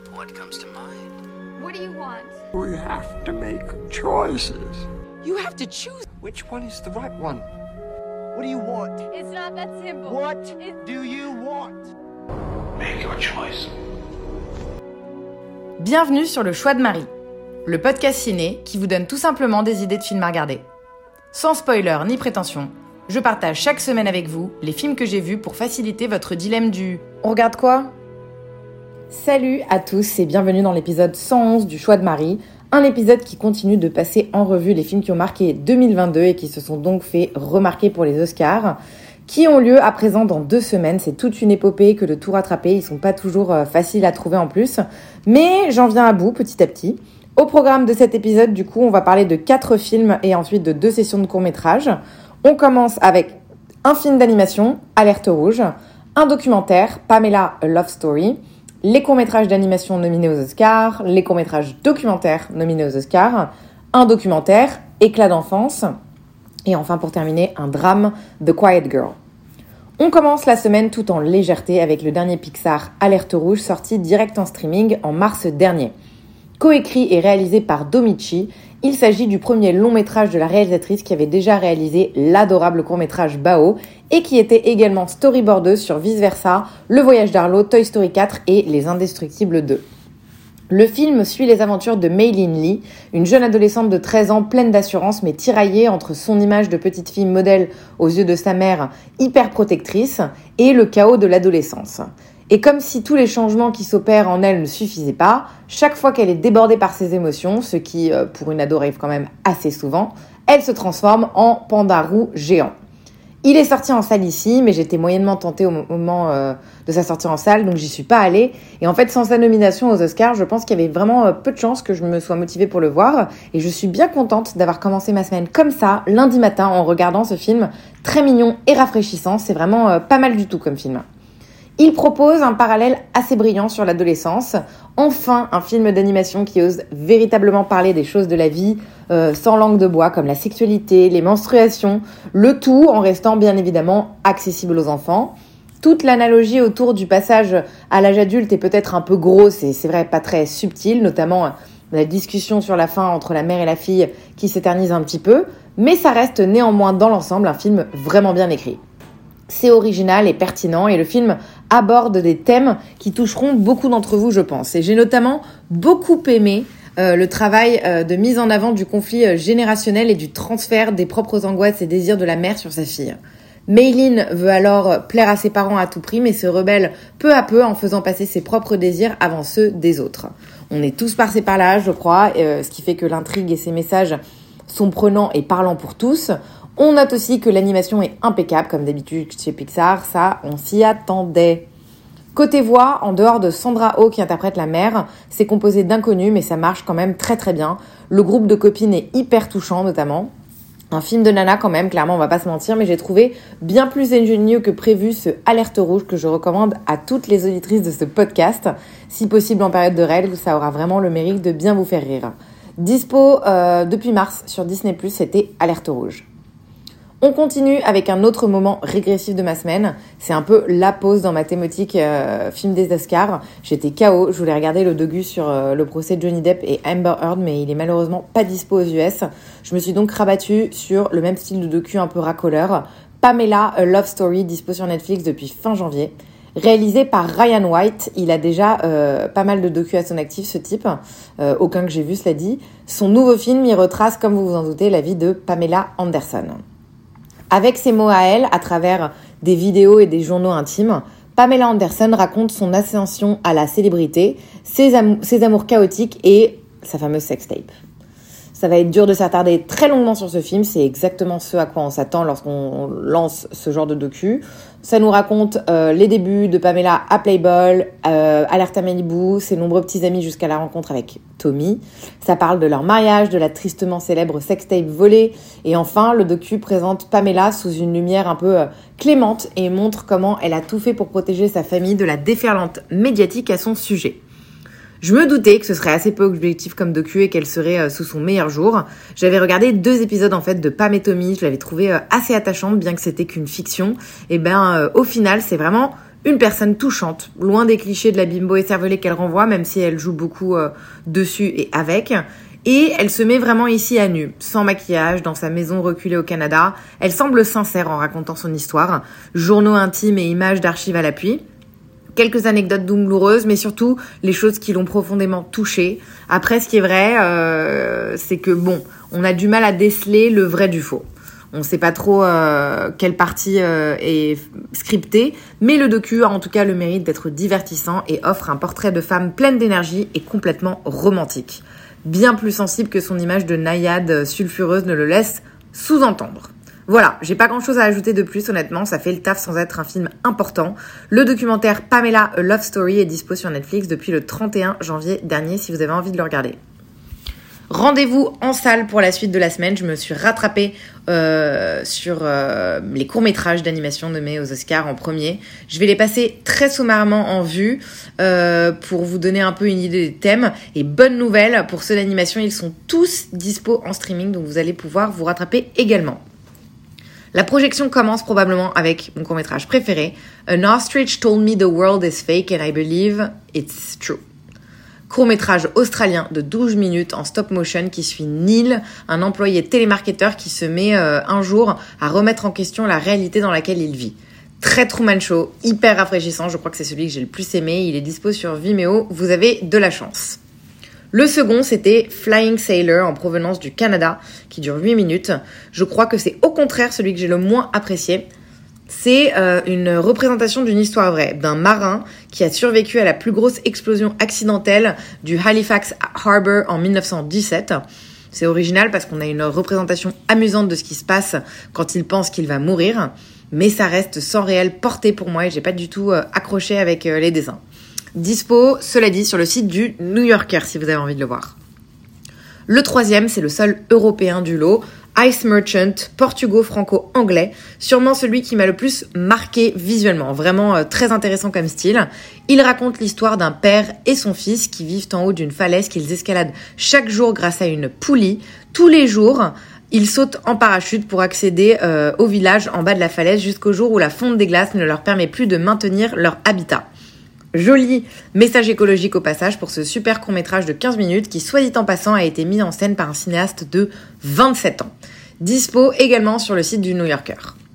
What comes to mind? What do you want? We have to make choices. You have to choose. Which one is the right one? What do you want? It's not that simple. What do you want? Make your choice. Bienvenue sur Le Choix de Marie, le podcast ciné qui vous donne tout simplement des idées de films à regarder. Sans spoiler ni prétention, je partage chaque semaine avec vous les films que j'ai vus pour faciliter votre dilemme du « On regarde quoi ?» Salut à tous et bienvenue dans l'épisode 111 du Choix de Marie, un épisode qui continue de passer en revue les films qui ont marqué 2022 et qui se sont donc fait remarquer pour les Oscars, qui ont lieu à présent dans 2 semaines. C'est toute une épopée que de tout rattraper, ils sont pas toujours faciles à trouver en plus, mais j'en viens à bout petit à petit. Au programme de cet épisode, du coup, on va parler de 4 films et ensuite de 2 sessions de court-métrage. On commence avec un film d'animation, Alerte rouge, un documentaire, Pamela, A Love Story, les courts-métrages d'animation nominés aux Oscars, les courts-métrages documentaires nominés aux Oscars, un documentaire, Éclat d'enfance, et enfin pour terminer, un drame, The Quiet Girl. On commence la semaine tout en légèreté avec le dernier Pixar, Alerte rouge, sorti direct en streaming en mars dernier. Coécrit et réalisé par Domichi, il s'agit du premier long métrage de la réalisatrice qui avait déjà réalisé l'adorable court-métrage Bao et qui était également storyboardeuse sur Vice Versa, Le Voyage d'Arlo, Toy Story 4 et Les Indestructibles 2. Le film suit les aventures de Mei-Lin Lee, une jeune adolescente de 13 ans pleine d'assurance mais tiraillée entre son image de petite fille modèle aux yeux de sa mère hyper protectrice et le chaos de l'adolescence. Et comme si tous les changements qui s'opèrent en elle ne suffisaient pas, chaque fois qu'elle est débordée par ses émotions, ce qui pour une ado arrive quand même assez souvent, elle se transforme en panda roux géant. Il est sorti en salle ici, mais j'étais moyennement tentée au moment de sa sortie en salle, donc j'y suis pas allée. Et en fait, sans sa nomination aux Oscars, je pense qu'il y avait vraiment peu de chances que je me sois motivée pour le voir. Et je suis bien contente d'avoir commencé ma semaine comme ça, lundi matin, en regardant ce film très mignon et rafraîchissant. C'est vraiment pas mal du tout comme film. Il propose un parallèle assez brillant sur l'adolescence. Enfin, un film d'animation qui ose véritablement parler des choses de la vie sans langue de bois, comme la sexualité, les menstruations, le tout en restant bien évidemment accessible aux enfants. Toute l'analogie autour du passage à l'âge adulte est peut-être un peu grosse et c'est vrai pas très subtile, notamment la discussion sur la fin entre la mère et la fille qui s'éternise un petit peu, mais ça reste néanmoins dans l'ensemble un film vraiment bien écrit. C'est original et pertinent et le film aborde des thèmes qui toucheront beaucoup d'entre vous, je pense. Et j'ai notamment beaucoup aimé le travail de mise en avant du conflit générationnel et du transfert des propres angoisses et désirs de la mère sur sa fille. Mei-Lin veut alors plaire à ses parents à tout prix, mais se rebelle peu à peu en faisant passer ses propres désirs avant ceux des autres. On est tous passés par là, je crois, ce qui fait que l'intrigue et ses messages sont prenants et parlants pour tous. On note aussi que l'animation est impeccable, comme d'habitude chez Pixar, ça, on s'y attendait. Côté voix, en dehors de Sandra Oh qui interprète la mère, c'est composé d'inconnus, mais ça marche quand même très très bien. Le groupe de copines est hyper touchant, notamment. Un film de nana quand même, clairement, on va pas se mentir, mais j'ai trouvé bien plus ingénieux que prévu ce Alerte rouge que je recommande à toutes les auditrices de ce podcast. Si possible en période de règles, ça aura vraiment le mérite de bien vous faire rire. Dispo depuis mars sur Disney+, c'était Alerte rouge. On continue avec un autre moment régressif de ma semaine. C'est un peu la pause dans ma thématique film des Oscars. J'étais KO, je voulais regarder le docu sur le procès de Johnny Depp et Amber Heard, mais il est malheureusement pas dispo aux US. Je me suis donc rabattue sur le même style de docu un peu racoleur. Pamela, A Love Story, dispo sur Netflix depuis fin janvier. Réalisé par Ryan White, il a déjà pas mal de docus à son actif, ce type. Aucun que j'ai vu, cela dit. Son nouveau film, il retrace, comme vous vous en doutez, la vie de Pamela Anderson. Avec ses mots à elle, à travers des vidéos et des journaux intimes, Pamela Anderson raconte son ascension à la célébrité, ses amours chaotiques et sa fameuse sextape. Ça va être dur de s'attarder très longuement sur ce film, c'est exactement ce à quoi on s'attend lorsqu'on lance ce genre de docu. Ça nous raconte les débuts de Pamela à Playboy, Alerte à Malibu, ses nombreux petits amis jusqu'à la rencontre avec Tommy. Ça parle de leur mariage, de la tristement célèbre sextape volée. Et enfin, le docu présente Pamela sous une lumière un peu clémente et montre comment elle a tout fait pour protéger sa famille de la déferlante médiatique à son sujet. Je me doutais que ce serait assez peu objectif comme docu et qu'elle serait sous son meilleur jour. J'avais regardé 2 épisodes en fait de Pam et Tommy, je l'avais trouvé assez attachante bien que c'était qu'une fiction. Et au final, c'est vraiment une personne touchante, loin des clichés de la bimbo écervelée qu'elle renvoie, même si elle joue beaucoup dessus et avec. Et elle se met vraiment ici à nu, sans maquillage, dans sa maison reculée au Canada. Elle semble sincère en racontant son histoire, journaux intimes et images d'archives à l'appui. Quelques anecdotes douloureuses, mais surtout les choses qui l'ont profondément touchée. Après, ce qui est vrai, c'est que on a du mal à déceler le vrai du faux. On sait pas trop quelle partie est scriptée, mais le docu a en tout cas le mérite d'être divertissant et offre un portrait de femme pleine d'énergie et complètement romantique. Bien plus sensible que son image de naïade sulfureuse ne le laisse sous-entendre. Voilà, j'ai pas grand chose à ajouter de plus, honnêtement, ça fait le taf sans être un film important. Le documentaire Pamela A Love Story est dispo sur Netflix depuis le 31 janvier dernier si vous avez envie de le regarder. Rendez-vous en salle pour la suite de la semaine. Je me suis rattrapée sur les courts-métrages d'animation nommés aux Oscars en premier. Je vais les passer très sommairement en vue pour vous donner un peu une idée des thèmes. Et bonne nouvelle, pour ceux d'animation, ils sont tous dispo en streaming, donc vous allez pouvoir vous rattraper également. La projection commence probablement avec mon court-métrage préféré, An Ostrich Told Me the World is Fake and I Believe It's True. Court-métrage australien de 12 minutes en stop motion qui suit Neil, un employé télémarketeur qui se met un jour à remettre en question la réalité dans laquelle il vit. Très Truman Show, hyper rafraîchissant, je crois que c'est celui que j'ai le plus aimé, il est dispo sur Vimeo, vous avez de la chance. Le second, c'était Flying Sailor en provenance du Canada, qui dure 8 minutes. Je crois que c'est au contraire celui que j'ai le moins apprécié. C'est une représentation d'une histoire vraie, d'un marin qui a survécu à la plus grosse explosion accidentelle du Halifax Harbour en 1917. C'est original parce qu'on a une représentation amusante de ce qui se passe quand il pense qu'il va mourir, mais ça reste sans réelle portée pour moi et j'ai pas du tout accroché avec les dessins. Dispo, cela dit, sur le site du New Yorker si vous avez envie de le voir. Le troisième, c'est le seul européen du lot, Ice Merchant, portugo-franco-anglais, sûrement celui qui m'a le plus marqué visuellement, vraiment très intéressant comme style. Il raconte l'histoire d'un père et son fils qui vivent en haut d'une falaise qu'ils escaladent chaque jour grâce à une poulie. Tous les jours, ils sautent en parachute pour accéder au village en bas de la falaise jusqu'au jour où la fonte des glaces ne leur permet plus de maintenir leur habitat. Joli message écologique au passage pour ce super court-métrage de 15 minutes qui, soit dit en passant, a été mis en scène par un cinéaste de 27 ans. Dispo également sur le site du New Yorker.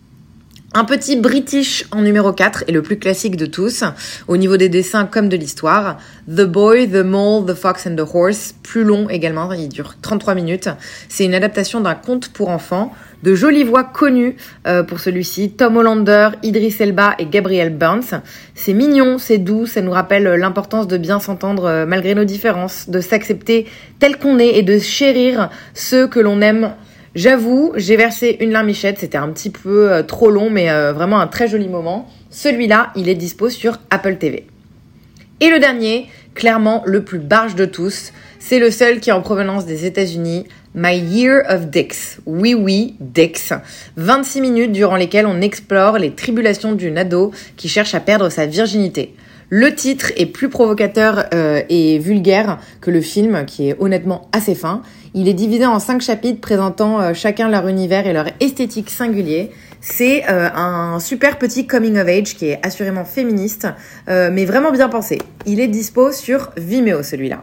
Un petit British en numéro 4 et le plus classique de tous, au niveau des dessins comme de l'histoire. The Boy, The Mole, The Fox and the Horse, plus long également, il dure 33 minutes. C'est une adaptation d'un conte pour enfants, de jolies voix connues pour celui-ci, Tom Hollander, Idris Elba et Gabriel Burns. C'est mignon, c'est doux, ça nous rappelle l'importance de bien s'entendre malgré nos différences, de s'accepter tel qu'on est et de chérir ceux que l'on aime. J'avoue, j'ai versé une larmichette, c'était un petit peu trop long, mais vraiment un très joli moment. Celui-là, il est dispo sur Apple TV. Et le dernier, clairement le plus barge de tous, c'est le seul qui est en provenance des États-Unis, My Year of Dicks. Oui, Dicks. 26 minutes durant lesquelles on explore les tribulations d'une ado qui cherche à perdre sa virginité. Le titre est plus provocateur et vulgaire que le film, qui est honnêtement assez fin. Il est divisé en 5 chapitres présentant chacun leur univers et leur esthétique singulier. C'est un super petit coming of age qui est assurément féministe, mais vraiment bien pensé. Il est dispo sur Vimeo, celui-là.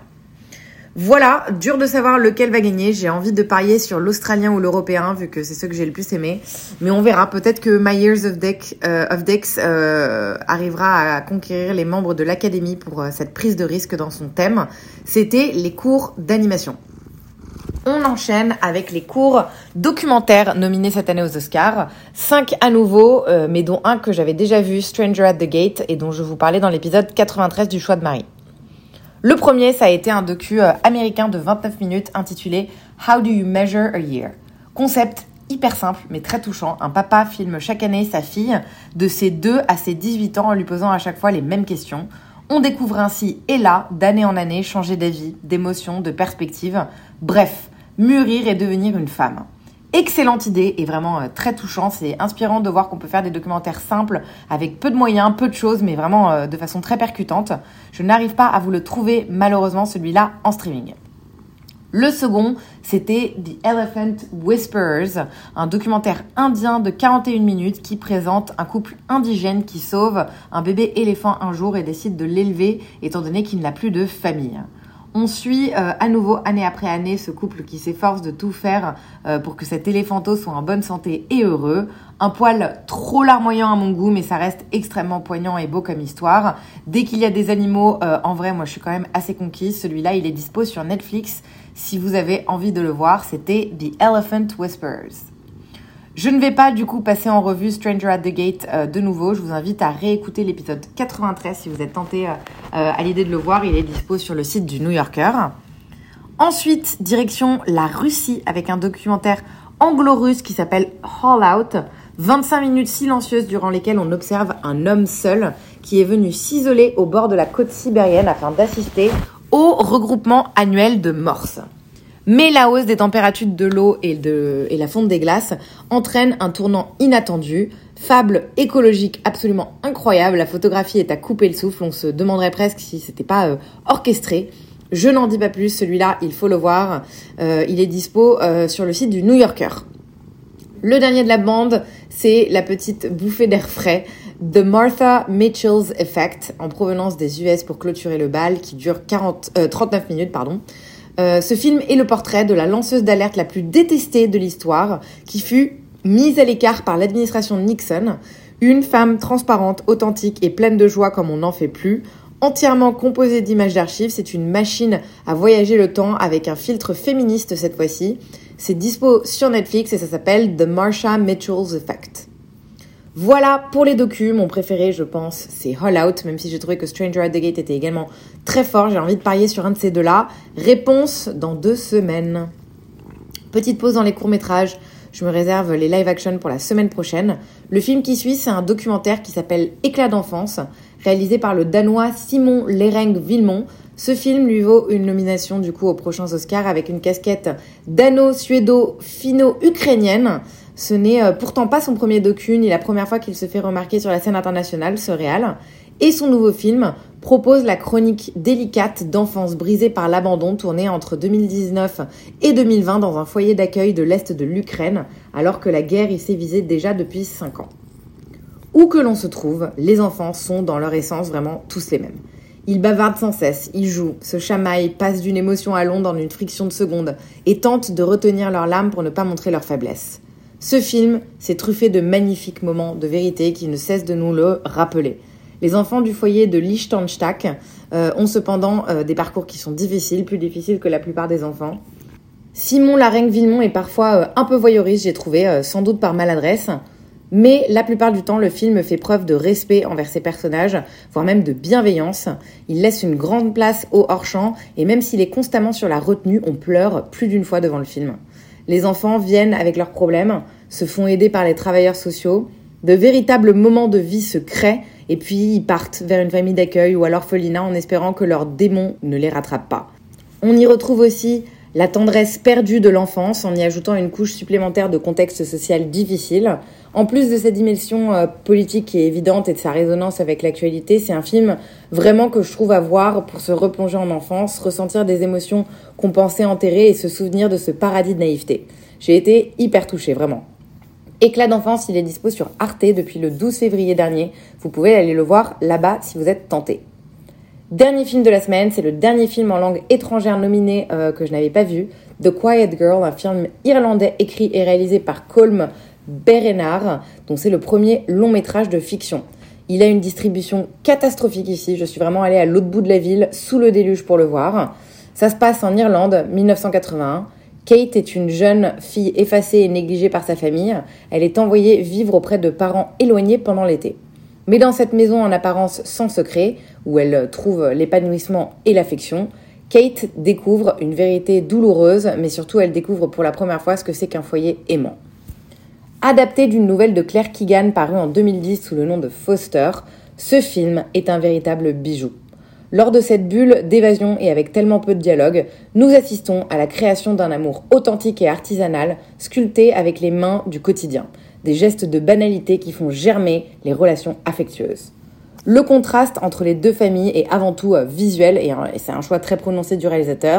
Voilà, dur de savoir lequel va gagner. J'ai envie de parier sur l'Australien ou l'Européen, vu que c'est ceux que j'ai le plus aimé. Mais on verra. Peut-être que My Years of Dicks arrivera à conquérir les membres de l'Académie pour cette prise de risque dans son thème. C'était les cours d'animation. On enchaîne avec les courts documentaires nominés cette année aux Oscars. 5 à nouveau, mais dont un que j'avais déjà vu, Stranger at the Gate, et dont je vous parlais dans l'épisode 93 du Choix de Marie. Le premier, ça a été un docu américain de 29 minutes intitulé « How do you measure a year ?» Concept hyper simple, mais très touchant. Un papa filme chaque année sa fille de ses 2 à ses 18 ans en lui posant à chaque fois les mêmes questions. On découvre ainsi Ella, d'année en année, changer d'avis, d'émotion, de perspective. Bref, mûrir et devenir une femme. Excellente idée et vraiment très touchant. C'est inspirant de voir qu'on peut faire des documentaires simples avec peu de moyens, peu de choses, mais vraiment de façon très percutante. Je n'arrive pas à vous le trouver, malheureusement, celui-là en streaming. Le second, c'était The Elephant Whisperers, un documentaire indien de 41 minutes qui présente un couple indigène qui sauve un bébé éléphant un jour et décide de l'élever étant donné qu'il n'a plus de famille. On suit à nouveau année après année ce couple qui s'efforce de tout faire pour que cet éléphanto soit en bonne santé et heureux. Un poil trop larmoyant à mon goût, mais ça reste extrêmement poignant et beau comme histoire. Dès qu'il y a des animaux, en vrai, moi je suis quand même assez conquise. Celui-là, il est dispo sur Netflix. Si vous avez envie de le voir, c'était The Elephant Whispers. Je ne vais pas du coup passer en revue Stranger at the Gate de nouveau. Je vous invite à réécouter l'épisode 93 si vous êtes tenté à l'idée de le voir. Il est dispo sur le site du New Yorker. Ensuite, direction la Russie avec un documentaire anglo-russe qui s'appelle All Out. 25 minutes silencieuses durant lesquelles on observe un homme seul qui est venu s'isoler au bord de la côte sibérienne afin d'assister au regroupement annuel de morses. Mais la hausse des températures de l'eau et la fonte des glaces entraîne un tournant inattendu. Fable écologique absolument incroyable. La photographie est à couper le souffle. On se demanderait presque si c'était pas orchestré. Je n'en dis pas plus. Celui-là, il faut le voir. Il est dispo sur le site du New Yorker. Le dernier de la bande, c'est la petite bouffée d'air frais. The Martha Mitchell's Effect, en provenance des US pour clôturer le bal, qui dure 39 minutes. Ce film est le portrait de la lanceuse d'alerte la plus détestée de l'histoire, qui fut mise à l'écart par l'administration Nixon, une femme transparente, authentique et pleine de joie comme on n'en fait plus, entièrement composée d'images d'archives. C'est une machine à voyager le temps avec un filtre féministe cette fois-ci. C'est dispo sur Netflix et ça s'appelle The Martha Mitchell's Effect. Voilà pour les docus. Mon préféré, je pense, c'est All Out, même si j'ai trouvé que Stranger at the Gate était également très fort. J'ai envie de parier sur un de ces deux-là. Réponse dans 2 semaines. Petite pause dans les courts-métrages. Je me réserve les live-action pour la semaine prochaine. Le film qui suit, c'est un documentaire qui s'appelle Éclat d'enfance, réalisé par le Danois Simon Lering-Vilmont. Ce film lui vaut une nomination du coup aux prochains Oscars avec une casquette dano-suédo-finno-ukrainienne. Ce n'est pourtant pas son premier docu ni la première fois qu'il se fait remarquer sur la scène internationale, ce réal. Et son nouveau film propose la chronique délicate d'enfance brisée par l'abandon tournée entre 2019 et 2020 dans un foyer d'accueil de l'Est de l'Ukraine, alors que la guerre y sévisait déjà depuis 5 ans. Où que l'on se trouve, les enfants sont dans leur essence vraiment tous les mêmes. Ils bavardent sans cesse, ils jouent, se chamaillent, passent d'une émotion à l'autre en une friction de secondes et tentent de retenir leurs larmes pour ne pas montrer leur faiblesse. Ce film, c'est truffé de magnifiques moments de vérité qui ne cessent de nous le rappeler. Les enfants du foyer de Liechtenstein ont cependant des parcours qui sont difficiles, plus difficiles que la plupart des enfants. Simon Lering-Vilmont est parfois un peu voyeuriste, j'ai trouvé, sans doute par maladresse. Mais la plupart du temps, le film fait preuve de respect envers ses personnages, voire même de bienveillance. Il laisse une grande place au hors-champ, et même s'il est constamment sur la retenue, on pleure plus d'une fois devant le film. Les enfants viennent avec leurs problèmes, se font aider par les travailleurs sociaux, de véritables moments de vie se créent, et puis ils partent vers une famille d'accueil ou à l'orphelinat en espérant que leurs démons ne les rattrapent pas. On y retrouve aussi la tendresse perdue de l'enfance en y ajoutant une couche supplémentaire de contexte social difficile. En plus de sa dimension politique qui est évidente et de sa résonance avec l'actualité, c'est un film vraiment que je trouve à voir pour se replonger en enfance, ressentir des émotions qu'on pensait enterrées et se souvenir de ce paradis de naïveté. J'ai été hyper touchée, vraiment. Éclat d'enfance, il est dispo sur Arte depuis le 12 février dernier. Vous pouvez aller le voir là-bas si vous êtes tenté. Dernier film de la semaine, c'est le dernier film en langue étrangère nominé que je n'avais pas vu, The Quiet Girl, un film irlandais écrit et réalisé par Colm Berenard, dont c'est le premier long métrage de fiction. Il a une distribution catastrophique ici, je suis vraiment allée à l'autre bout de la ville, sous le déluge pour le voir. Ça se passe en Irlande, 1981. Kate est une jeune fille effacée et négligée par sa famille. Elle est envoyée vivre auprès de parents éloignés pendant l'été. Mais dans cette maison en apparence sans secret, où elle trouve l'épanouissement et l'affection, Kate découvre une vérité douloureuse, mais surtout elle découvre pour la première fois ce que c'est qu'un foyer aimant. Adapté d'une nouvelle de Claire Keegan parue en 2010 sous le nom de Foster, ce film est un véritable bijou. Lors de cette bulle d'évasion et avec tellement peu de dialogue, nous assistons à la création d'un amour authentique et artisanal, sculpté avec les mains du quotidien. Des gestes de banalité qui font germer les relations affectueuses. Le contraste entre les deux familles est avant tout visuel et c'est un choix très prononcé du réalisateur.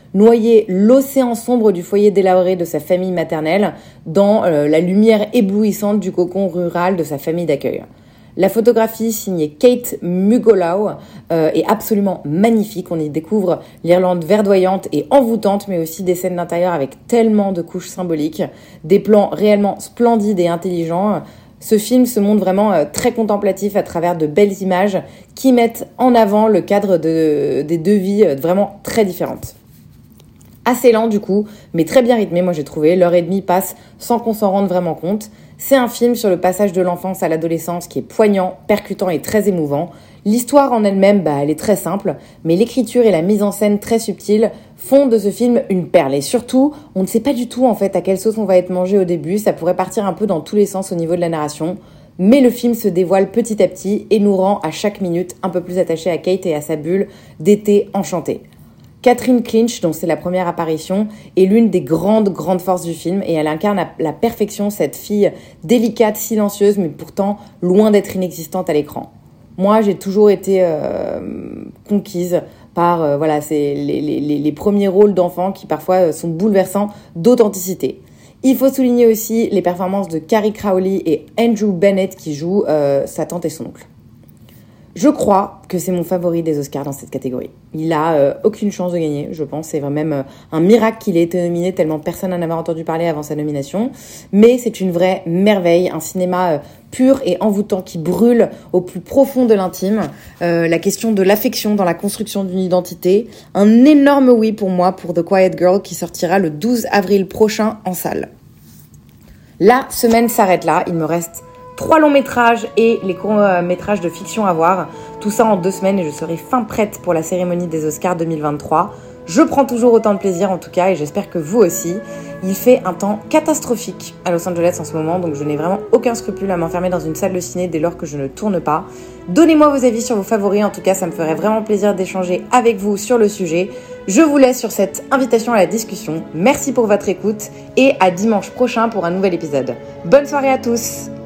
noyer l'océan sombre du foyer délabré de sa famille maternelle dans la lumière éblouissante du cocon rural de sa famille d'accueil. La photographie signée Kate Mugolow est absolument magnifique. On y découvre l'Irlande verdoyante et envoûtante, mais aussi des scènes d'intérieur avec tellement de couches symboliques, des plans réellement splendides et intelligents. Ce film se montre vraiment très contemplatif à travers de belles images qui mettent en avant le cadre des deux vies vraiment très différentes. Assez lent du coup, mais très bien rythmé, moi j'ai trouvé. L'heure et demie passe sans qu'on s'en rende vraiment compte. C'est un film sur le passage de l'enfance à l'adolescence qui est poignant, percutant et très émouvant. L'histoire en elle-même, elle est très simple, mais l'écriture et la mise en scène très subtile font de ce film une perle. Et surtout, on ne sait pas du tout en fait à quelle sauce on va être mangé au début. Ça pourrait partir un peu dans tous les sens au niveau de la narration. Mais le film se dévoile petit à petit et nous rend à chaque minute un peu plus attachés à Kate et à sa bulle d'été enchanté. Catherine Clinch, dont c'est la première apparition, est l'une des grandes forces du film et elle incarne à la perfection cette fille délicate, silencieuse, mais pourtant loin d'être inexistante à l'écran. Moi, j'ai toujours été conquise par c'est les premiers rôles d'enfants qui parfois sont bouleversants d'authenticité. Il faut souligner aussi les performances de Carrie Crowley et Andrew Bennett qui jouent sa tante et son oncle. Je crois que c'est mon favori des Oscars dans cette catégorie. Il a aucune chance de gagner, je pense. C'est même un miracle qu'il ait été nominé tellement personne n'en avait entendu parler avant sa nomination. Mais c'est une vraie merveille, un cinéma pur et envoûtant qui brûle au plus profond de l'intime. La question de l'affection dans la construction d'une identité. Un énorme oui pour moi pour The Quiet Girl qui sortira le 12 avril prochain en salle. La semaine s'arrête là, il me reste 3 longs métrages et les courts métrages de fiction à voir. Tout ça en 2 semaines et je serai fin prête pour la cérémonie des Oscars 2023. Je prends toujours autant de plaisir en tout cas et j'espère que vous aussi. Il fait un temps catastrophique à Los Angeles en ce moment, donc je n'ai vraiment aucun scrupule à m'enfermer dans une salle de ciné dès lors que je ne tourne pas. Donnez-moi vos avis sur vos favoris, en tout cas ça me ferait vraiment plaisir d'échanger avec vous sur le sujet. Je vous laisse sur cette invitation à la discussion. Merci pour votre écoute et à dimanche prochain pour un nouvel épisode. Bonne soirée à tous!